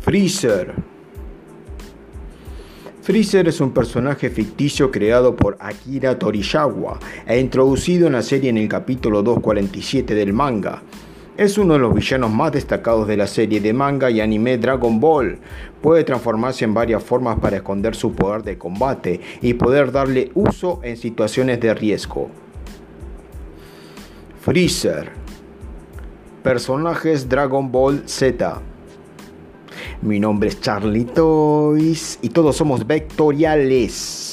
Freezer. Freezer es un personaje ficticio creado por Akira Toriyama e introducido en la serie en el capítulo 247 del manga. Es uno de los villanos más destacados de la serie de manga y anime Dragon Ball. Puede transformarse en varias formas para esconder su poder de combate y poder darle uso en situaciones de riesgo. Freezer. Personajes Dragon Ball Z. Mi nombre es Charlie Toys y todos somos vectoriales.